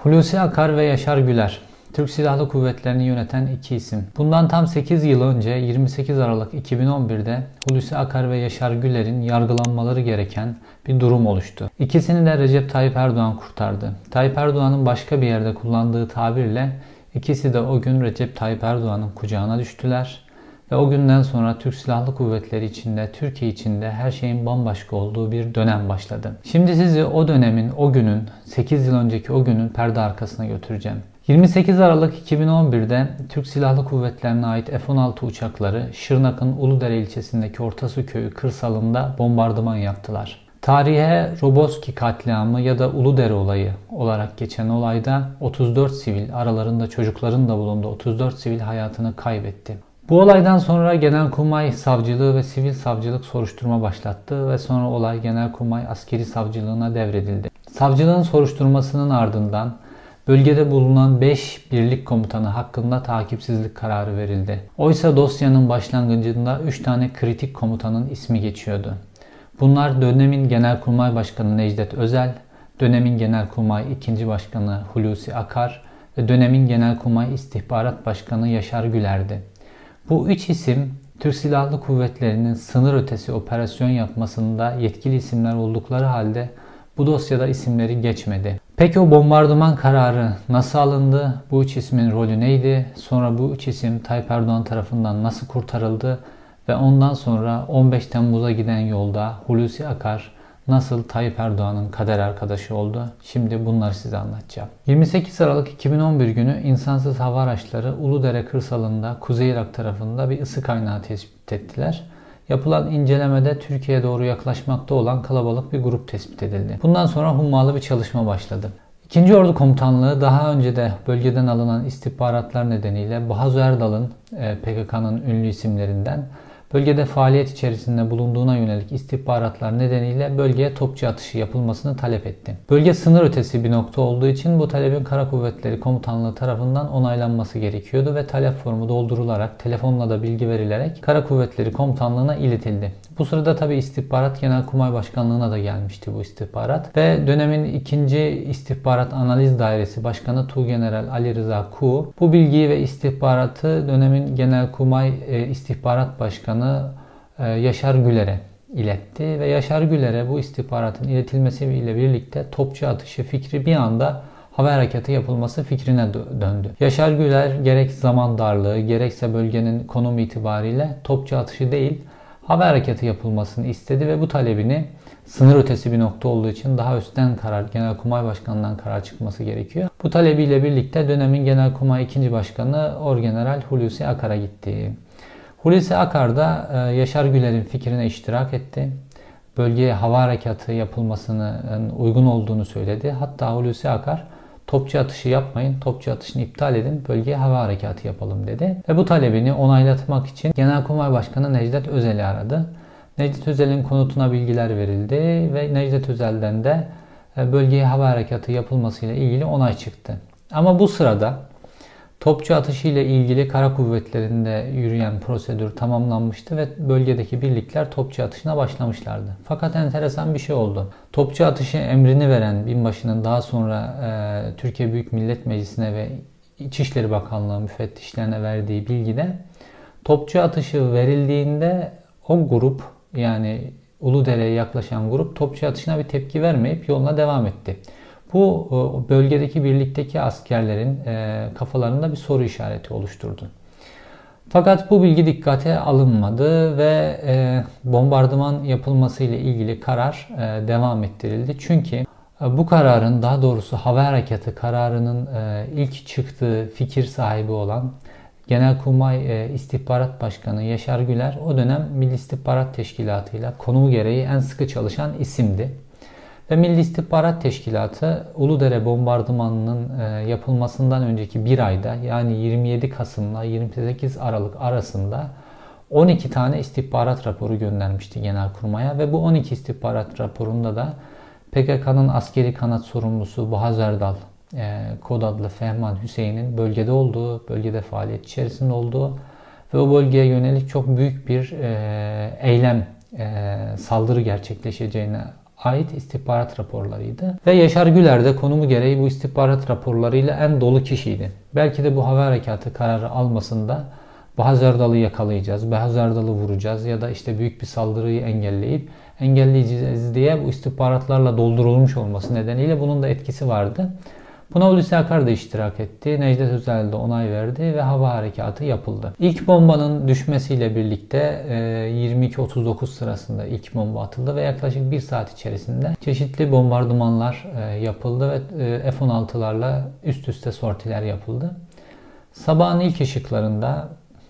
Hulusi Akar ve Yaşar Güler, Türk Silahlı Kuvvetleri'ni yöneten iki isim. Bundan tam 8 yıl önce 28 Aralık 2011'de Hulusi Akar ve Yaşar Güler'in yargılanmaları gereken bir durum oluştu. İkisini de Recep Tayyip Erdoğan kurtardı. Tayyip Erdoğan'ın başka bir yerde kullandığı tabirle ikisi de o gün Recep Tayyip Erdoğan'ın kucağına düştüler. Ve o günden sonra Türk Silahlı Kuvvetleri içinde, Türkiye içinde her şeyin bambaşka olduğu bir dönem başladı. Şimdi sizi o dönemin, o günün, 8 yıl önceki o günün perde arkasına götüreceğim. 28 Aralık 2011'de Türk Silahlı Kuvvetleri'ne ait F-16 uçakları Şırnak'ın Uludere ilçesindeki Ortasu Köyü kırsalında bombardıman yaptılar. Tarihe Roboski katliamı ya da Uludere olayı olarak geçen olayda 34 sivil, aralarında çocukların da bulunduğu 34 sivil hayatını kaybetti. Bu olaydan sonra Genelkurmay Savcılığı ve Sivil Savcılık soruşturma başlattı ve sonra olay Genelkurmay Askeri Savcılığına devredildi. Savcılığın soruşturmasının ardından bölgede bulunan 5 birlik komutanı hakkında takipsizlik kararı verildi. Oysa dosyanın başlangıcında 3 tane kritik komutanın ismi geçiyordu. Bunlar dönemin Genelkurmay Başkanı Necdet Özel, dönemin Genelkurmay 2. Başkanı Hulusi Akar ve dönemin Genelkurmay İstihbarat Başkanı Yaşar Güler'di. Bu üç isim Türk Silahlı Kuvvetleri'nin sınır ötesi operasyon yapmasında yetkili isimler oldukları halde bu dosyada isimleri geçmedi. Peki o bombardıman kararı nasıl alındı? Bu üç ismin rolü neydi? Sonra bu üç isim Tayyip Erdoğan tarafından nasıl kurtarıldı? Ve ondan sonra 15 Temmuz'a giden yolda Hulusi Akar nasıl Tayyip Erdoğan'ın kader arkadaşı oldu? Şimdi bunları size anlatacağım. 28 Aralık 2011 günü insansız hava araçları Uludere kırsalında Kuzey Irak tarafında bir ısı kaynağı tespit ettiler. Yapılan incelemede Türkiye'ye doğru yaklaşmakta olan kalabalık bir grup tespit edildi. Bundan sonra hummalı bir çalışma başladı. 2. Ordu Komutanlığı daha önce de bölgeden alınan istihbaratlar nedeniyle Bahadır Erdal'ın PKK'nın ünlü isimlerinden bölgede faaliyet içerisinde bulunduğuna yönelik istihbaratlar nedeniyle bölgeye topçu atışı yapılmasını talep etti. Bölge sınır ötesi bir nokta olduğu için bu talebin Kara Kuvvetleri Komutanlığı tarafından onaylanması gerekiyordu ve talep formu doldurularak telefonla da bilgi verilerek Kara Kuvvetleri Komutanlığı'na iletildi. Bu sırada istihbarat Genelkurmay Başkanlığı'na da gelmişti bu istihbarat ve dönemin 2. İstihbarat Analiz Dairesi Başkanı Tuğgeneral Ali Rıza Kuğu bu bilgiyi ve istihbaratı dönemin Genelkurmay İstihbarat Başkanı Yaşar Güler'e iletti ve Yaşar Güler'e bu istihbaratın iletilmesiyle birlikte topçu atışı fikri bir anda hava harekatı yapılması fikrine döndü. Yaşar Güler gerek zaman darlığı gerekse bölgenin konumu itibariyle topçu atışı değil hava harekatı yapılmasını istedi ve bu talebini sınır ötesi bir nokta olduğu için daha üstten karar, Genelkurmay Başkanı'ndan karar çıkması gerekiyor. Bu talebiyle birlikte dönemin Genelkurmay 2. Başkanı Orgeneral Hulusi Akar'a gitti. Hulusi Akar da Yaşar Güler'in fikrine iştirak etti. Bölgeye hava harekatı yapılmasının uygun olduğunu söyledi. Hatta Hulusi Akar topçu atışı yapmayın, topçu atışını iptal edin, bölgeye hava harekatı yapalım dedi. Ve bu talebini onaylatmak için Genelkurmay Başkanı Necdet Özel'i aradı. Necdet Özel'in konutuna bilgiler verildi ve Necdet Özel'den de bölgeye hava harekatı yapılmasıyla ilgili onay çıktı. Ama bu sırada topçu atışı ile ilgili Kara Kuvvetleri'nde yürüyen prosedür tamamlanmıştı ve bölgedeki birlikler topçu atışına başlamışlardı. Fakat enteresan bir şey oldu. Topçu atışı emrini veren binbaşının daha sonra Türkiye Büyük Millet Meclisi'ne ve İçişleri Bakanlığı müfettişlerine verdiği bilgide topçu atışı verildiğinde o grup yani Uludere'ye yaklaşan grup topçu atışına bir tepki vermeyip yoluna devam etti. Bu bölgedeki birlikteki askerlerin kafalarında bir soru işareti oluşturdu. Fakat bu bilgi dikkate alınmadı ve bombardıman yapılması ile ilgili karar devam ettirildi. Çünkü bu kararın daha doğrusu hava harekatı kararının ilk çıktığı fikir sahibi olan Genelkurmay İstihbarat Başkanı Yaşar Güler o dönem Milli İstihbarat Teşkilatı ile konumu gereği en sıkı çalışan isimdi. Ve Milli İstihbarat Teşkilatı Uludere bombardımanının yapılmasından önceki bir ayda yani 27 Kasım'la 28 Aralık arasında 12 tane istihbarat raporu göndermişti Genelkurmay'a ve bu 12 istihbarat raporunda da PKK'nın askeri kanat sorumlusu Bahadır Erdal, kod adlı Fehman Hüseyin'in bölgede olduğu, bölgede faaliyet içerisinde olduğu ve o bölgeye yönelik çok büyük bir eylem, saldırı gerçekleşeceğini ait istihbarat raporlarıydı. Ve Yaşar Güler de konumu gereği bu istihbarat raporlarıyla en dolu kişiydi. Belki de bu hava harekatı kararı almasında Bahaz Erdal'ı yakalayacağız, Bahaz Erdal'ı vuracağız ya da işte büyük bir saldırıyı engelleyeceğiz diye bu istihbaratlarla doldurulmuş olması nedeniyle bunun da etkisi vardı. Buna Hulusi Akar da iştirak etti. Necdet Özel de onay verdi ve hava harekatı yapıldı. İlk bombanın düşmesiyle birlikte 22.39 sırasında ilk bomba atıldı ve yaklaşık 1 saat içerisinde çeşitli bombardımanlar yapıldı ve F-16'larla üst üste sortiler yapıldı. Sabahın ilk ışıklarında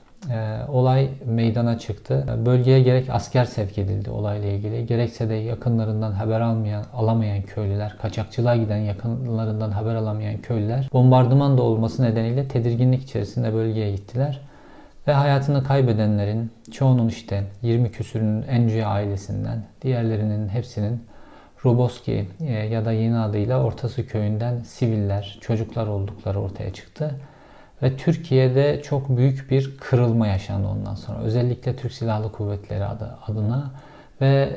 olay meydana çıktı. Bölgeye gerek asker sevk edildi olayla ilgili, gerekse de yakınlarından haber alamayan köylüler, kaçakçılığa giden yakınlarından haber alamayan köylüler bombardıman da olması nedeniyle tedirginlik içerisinde bölgeye gittiler. Ve hayatını kaybedenlerin çoğunun işte 20 küsürünün Encü ailesinden, diğerlerinin hepsinin Roboski ya da yeni adıyla Ortasu köyünden siviller, çocuklar oldukları ortaya çıktı. Ve Türkiye'de çok büyük bir kırılma yaşandı ondan sonra. Özellikle Türk Silahlı Kuvvetleri adına ve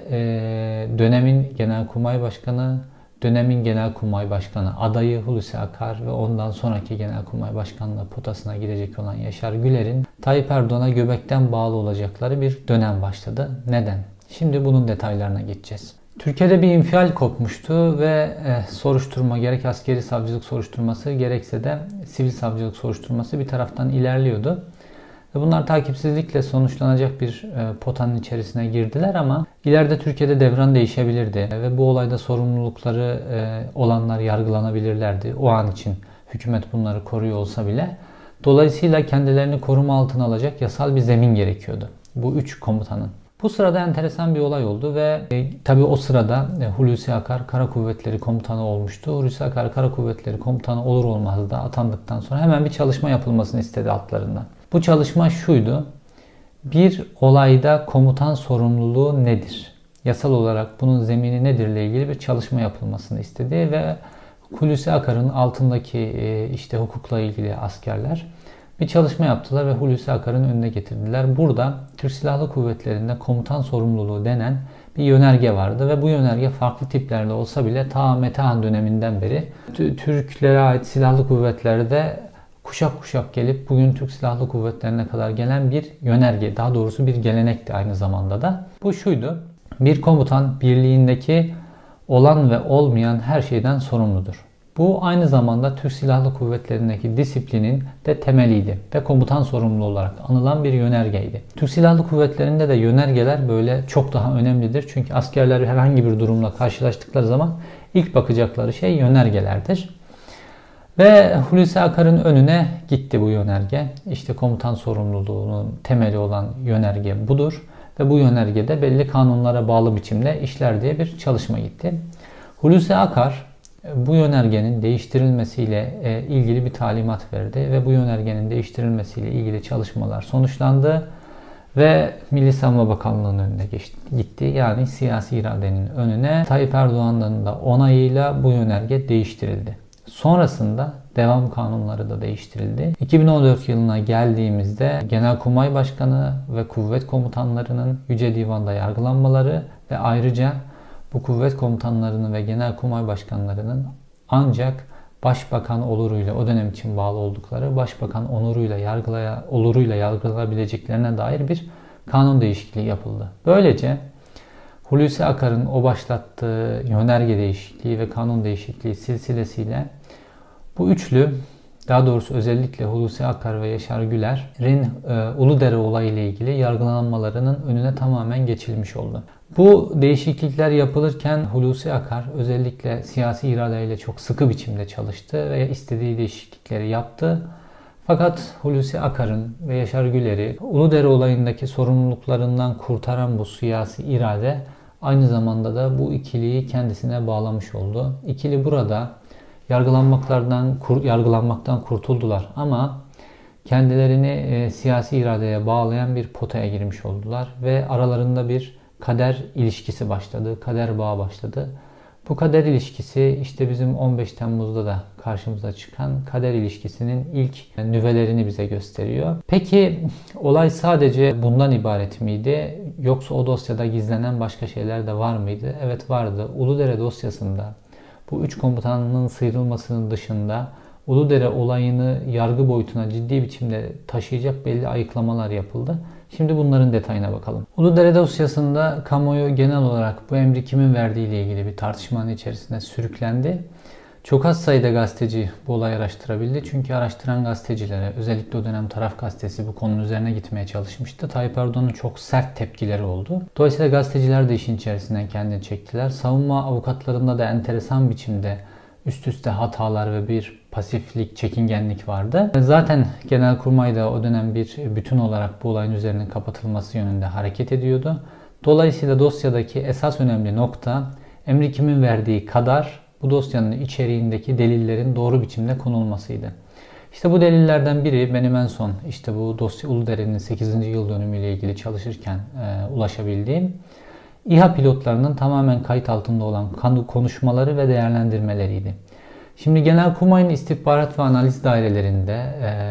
dönemin Genelkurmay Başkanı, dönemin Genelkurmay Başkanı adayı Hulusi Akar ve ondan sonraki Genelkurmay Başkanlığı potasına girecek olan Yaşar Güler'in Tayyip Erdoğan'a göbekten bağlı olacakları bir dönem başladı. Neden? Şimdi bunun detaylarına geçeceğiz. Türkiye'de bir infial kopmuştu ve soruşturma gerek askeri savcılık soruşturması gerekse de sivil savcılık soruşturması bir taraftan ilerliyordu. Ve bunlar takipsizlikle sonuçlanacak bir potanın içerisine girdiler ama ileride Türkiye'de devran değişebilirdi ve bu olayda sorumlulukları olanlar yargılanabilirlerdi. O an için hükümet bunları koruyor olsa bile. Dolayısıyla kendilerini koruma altına alacak yasal bir zemin gerekiyordu bu 3 komutanın. Bu sırada enteresan bir olay oldu ve tabi o sırada Hulusi Akar Kara Kuvvetleri Komutanı olmuştu. Hulusi Akar Kara Kuvvetleri Komutanı olur olmaz da atandıktan sonra hemen bir çalışma yapılmasını istedi altlarından. Bu çalışma şuydu: bir olayda komutan sorumluluğu nedir? Yasal olarak bunun zemini nedir ile ilgili bir çalışma yapılmasını istedi ve Hulusi Akar'ın altındaki işte hukukla ilgili askerler bir çalışma yaptılar ve Hulusi Akar'ın önüne getirdiler. Burada Türk Silahlı Kuvvetleri'nde komutan sorumluluğu denen bir yönerge vardı ve bu yönerge farklı tiplerde olsa bile ta Metehan döneminden beri Türklere ait silahlı kuvvetlerde kuşak kuşak gelip bugün Türk Silahlı Kuvvetleri'ne kadar gelen bir yönerge, daha doğrusu bir gelenekti aynı zamanda da. Bu şuydu: bir komutan birliğindeki olan ve olmayan her şeyden sorumludur. Bu aynı zamanda Türk Silahlı Kuvvetleri'ndeki disiplinin de temeliydi ve komutan sorumluluğu olarak anılan bir yönergeydi. Türk Silahlı Kuvvetleri'nde de yönergeler böyle çok daha önemlidir. Çünkü askerler herhangi bir durumla karşılaştıkları zaman ilk bakacakları şey yönergelerdir. Ve Hulusi Akar'ın önüne gitti bu yönerge. İşte komutan sorumluluğunun temeli olan yönerge budur. Ve bu yönergede belli kanunlara bağlı biçimde işler diye bir çalışma gitti. Hulusi Akar bu yönergenin değiştirilmesiyle ilgili bir talimat verdi ve bu yönergenin değiştirilmesiyle ilgili çalışmalar sonuçlandı ve Milli Savunma Bakanlığı'nın önüne gitti. Yani siyasi iradenin önüne. Tayyip Erdoğan'ın da onayıyla bu yönerge değiştirildi. Sonrasında devam kanunları da değiştirildi. 2014 yılına geldiğimizde Genelkurmay Başkanı ve kuvvet komutanlarının Yüce Divan'da yargılanmaları ve ayrıca bu kuvvet komutanlarının ve genelkurmay başkanlarının ancak başbakan oluruyla, o dönem için bağlı oldukları başbakan oluruyla yargılanabileceklerine dair bir kanun değişikliği yapıldı. Böylece Hulusi Akar'ın o başlattığı yönerge değişikliği ve kanun değişikliği silsilesiyle bu üçlü, daha doğrusu özellikle Hulusi Akar ve Yaşar Güler'in Uludere olayı ile ilgili yargılanmalarının önüne tamamen geçilmiş oldu. Bu değişiklikler yapılırken Hulusi Akar özellikle siyasi iradeyle çok sıkı biçimde çalıştı ve istediği değişiklikleri yaptı. Fakat Hulusi Akar'ın ve Yaşar Güler'i Uludere olayındaki sorumluluklarından kurtaran bu siyasi irade aynı zamanda da bu ikiliyi kendisine bağlamış oldu. İkili burada yargılanmaktan kurtuldular ama kendilerini siyasi iradeye bağlayan bir potaya girmiş oldular ve aralarında bir kader ilişkisi başladı, kader bağı başladı. Bu kader ilişkisi işte bizim 15 Temmuz'da da karşımıza çıkan kader ilişkisinin ilk nüvelerini bize gösteriyor. Peki olay sadece bundan ibaret miydi? Yoksa o dosyada gizlenen başka şeyler de var mıydı? Evet vardı. Uludere dosyasında bu 3 komutanın sıyrılmasının dışında Uludere olayını yargı boyutuna ciddi biçimde taşıyacak belli ayıklamalar yapıldı. Şimdi bunların detayına bakalım. Uludere dosyasında kamuoyu genel olarak bu emri kimin verdiği ile ilgili bir tartışmanın içerisine sürüklendi. Çok az sayıda gazeteci bu olayı araştırabildi. Çünkü araştıran gazetecilere, özellikle o dönem Taraf Gazetesi bu konunun üzerine gitmeye çalışmıştı. Tayyip Erdoğan'ın çok sert tepkileri oldu. Dolayısıyla gazeteciler de işin içerisinden kendini çektiler. Savunma avukatlarında da enteresan biçimde üst üste hatalar ve bir pasiflik, çekingenlik vardı. Zaten Genelkurmay da o dönem bir bütün olarak bu olayın üzerinin kapatılması yönünde hareket ediyordu. Dolayısıyla dosyadaki esas önemli nokta emri kimin verdiği kadar bu dosyanın içeriğindeki delillerin doğru biçimde konulmasıydı. İşte bu delillerden biri benim en son işte bu dosya Uludere'nin 8. yıl dönümüyle ilgili çalışırken ulaşabildiğim İHA pilotlarının tamamen kayıt altında olan konuşmaları ve değerlendirmeleriydi. Şimdi Genelkurmay'ın istihbarat ve analiz dairelerinde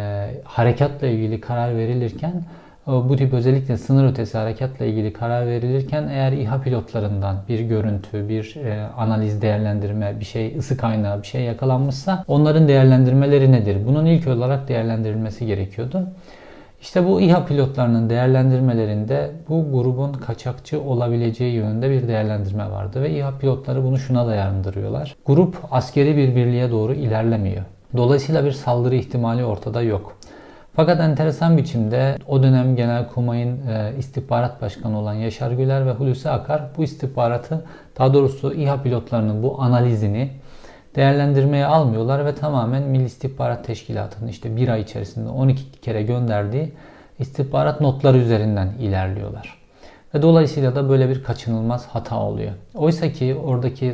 harekatla ilgili karar verilirken bu tip özellikle sınır ötesi harekatla ilgili karar verilirken eğer İHA pilotlarından bir görüntü, bir analiz, değerlendirme, bir şey, ısı kaynağı bir şey yakalanmışsa onların değerlendirmeleri nedir? Bunun ilk olarak değerlendirilmesi gerekiyordu. İşte bu İHA pilotlarının değerlendirmelerinde bu grubun kaçakçı olabileceği yönünde bir değerlendirme vardı ve İHA pilotları bunu şuna dayandırıyorlar. Grup askeri bir birliğe doğru ilerlemiyor. Dolayısıyla bir saldırı ihtimali ortada yok. Fakat enteresan biçimde o dönem Genelkurmay'ın istihbarat başkanı olan Yaşar Güler ve Hulusi Akar bu istihbaratı, daha doğrusu İHA pilotlarının bu analizini değerlendirmeye almıyorlar ve tamamen Milli İstihbarat Teşkilatı'nın işte bir ay içerisinde 12 kere gönderdiği istihbarat notları üzerinden ilerliyorlar. Ve dolayısıyla da böyle bir kaçınılmaz hata oluyor. Oysa ki oradaki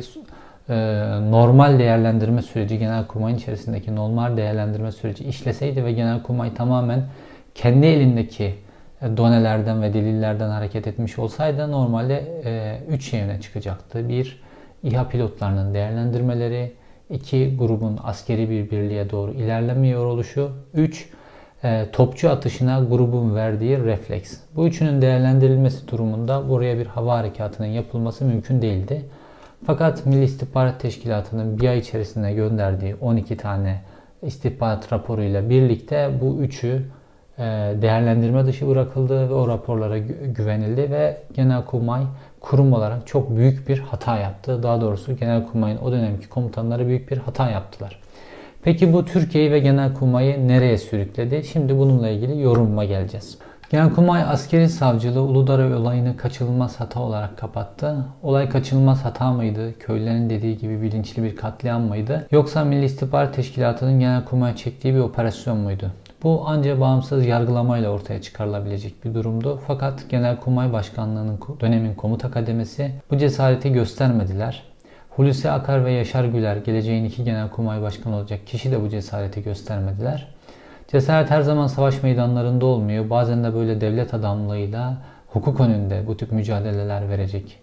normal değerlendirme süreci, Genelkurmay'ın içerisindeki normal değerlendirme süreci işleseydi ve Genelkurmay tamamen kendi elindeki donelerden ve delillerden hareket etmiş olsaydı normalde 3 şey öne çıkacaktı. 1. İHA pilotlarının değerlendirmeleri, 2. Grubun askeri bir birliğe doğru ilerlemiyor oluşu, 3. Topçu atışına grubun verdiği refleks. Bu üçünün değerlendirilmesi durumunda buraya bir hava harekatının yapılması mümkün değildi. Fakat Milli İstihbarat Teşkilatı'nın bir ay içerisinde gönderdiği 12 tane istihbarat raporuyla birlikte bu üçü değerlendirme dışı bırakıldı ve o raporlara güvenildi ve Genelkurmay kurum olarak çok büyük bir hata yaptı. Daha doğrusu Genelkurmay'ın o dönemki komutanları büyük bir hata yaptılar. Peki bu Türkiye'yi ve Genelkurmay'ı nereye sürükledi? Şimdi bununla ilgili yorumuma geleceğiz. Genelkurmay Askeri Savcılığı Uludere olayını kaçınılmaz hata olarak kapattı. Olay kaçınılmaz hata mıydı? Köylülerin dediği gibi bilinçli bir katliam mıydı? Yoksa Milli İstihbarat Teşkilatı'nın Genelkurmay'a çektiği bir operasyon muydu? Bu ancak bağımsız yargılamayla ortaya çıkarılabilecek bir durumdu. Fakat Genelkurmay Başkanlığı'nın dönemin komuta kademesi bu cesareti göstermediler. Hulusi Akar ve Yaşar Güler, geleceğin 2 Genelkurmay Başkanı olacak kişi de bu cesareti göstermediler. Cesaret her zaman savaş meydanlarında olmuyor. Bazen de böyle devlet adamlığıyla hukuk önünde bu tip mücadeleler verecek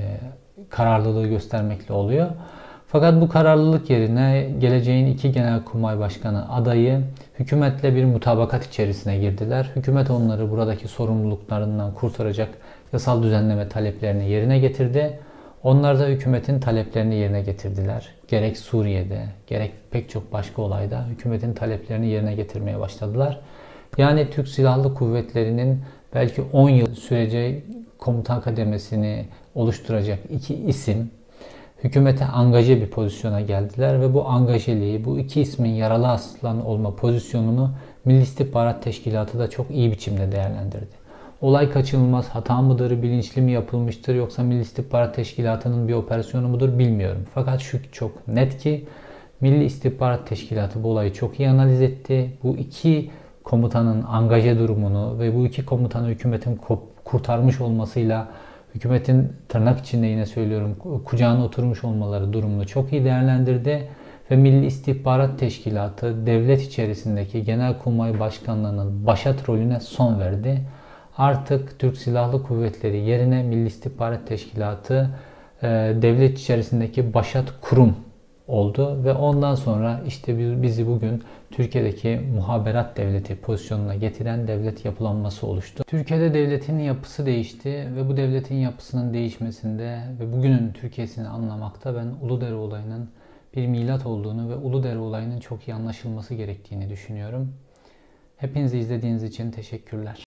kararlılığı göstermekle oluyor. Fakat bu kararlılık yerine geleceğin 2 Genelkurmay Başkanı adayı hükümetle bir mutabakat içerisine girdiler. Hükümet onları buradaki sorumluluklarından kurtaracak yasal düzenleme taleplerini yerine getirdi. Onlar da hükümetin taleplerini yerine getirdiler. Gerek Suriye'de, gerek pek çok başka olayda hükümetin taleplerini yerine getirmeye başladılar. Yani Türk Silahlı Kuvvetleri'nin belki 10 yıl süreceği komutan kademesini oluşturacak 2 isim hükümete angaje bir pozisyona geldiler ve bu angajeliği, bu 2 ismin yaralı aslan olma pozisyonunu Milli İstihbarat Teşkilatı da çok iyi biçimde değerlendirdi. Olay kaçınılmaz hata mıdır, bilinçli mi yapılmıştır yoksa Milli İstihbarat Teşkilatı'nın bir operasyonu mudur bilmiyorum. Fakat şu çok net ki Milli İstihbarat Teşkilatı bu olayı çok iyi analiz etti. Bu 2 komutanın angaje durumunu ve bu 2 komutanı hükümetin kurtarmış olmasıyla hükümetin tırnak içinde yine söylüyorum kucağına oturmuş olmaları durumunu çok iyi değerlendirdi. Ve Milli İstihbarat Teşkilatı devlet içerisindeki Genelkurmay Başkanlığı'nın başat rolüne son verdi. Artık Türk Silahlı Kuvvetleri yerine Milli İstihbarat Teşkilatı devlet içerisindeki başat kurum oldu ve ondan sonra işte bizi bugün Türkiye'deki muhaberat devleti pozisyonuna getiren devlet yapılanması oluştu. Türkiye'de devletin yapısı değişti ve bu devletin yapısının değişmesinde ve bugünün Türkiye'sini anlamakta ben Uludere olayının bir milat olduğunu ve Uludere olayının çok iyi anlaşılması gerektiğini düşünüyorum. Hepinizi izlediğiniz için teşekkürler.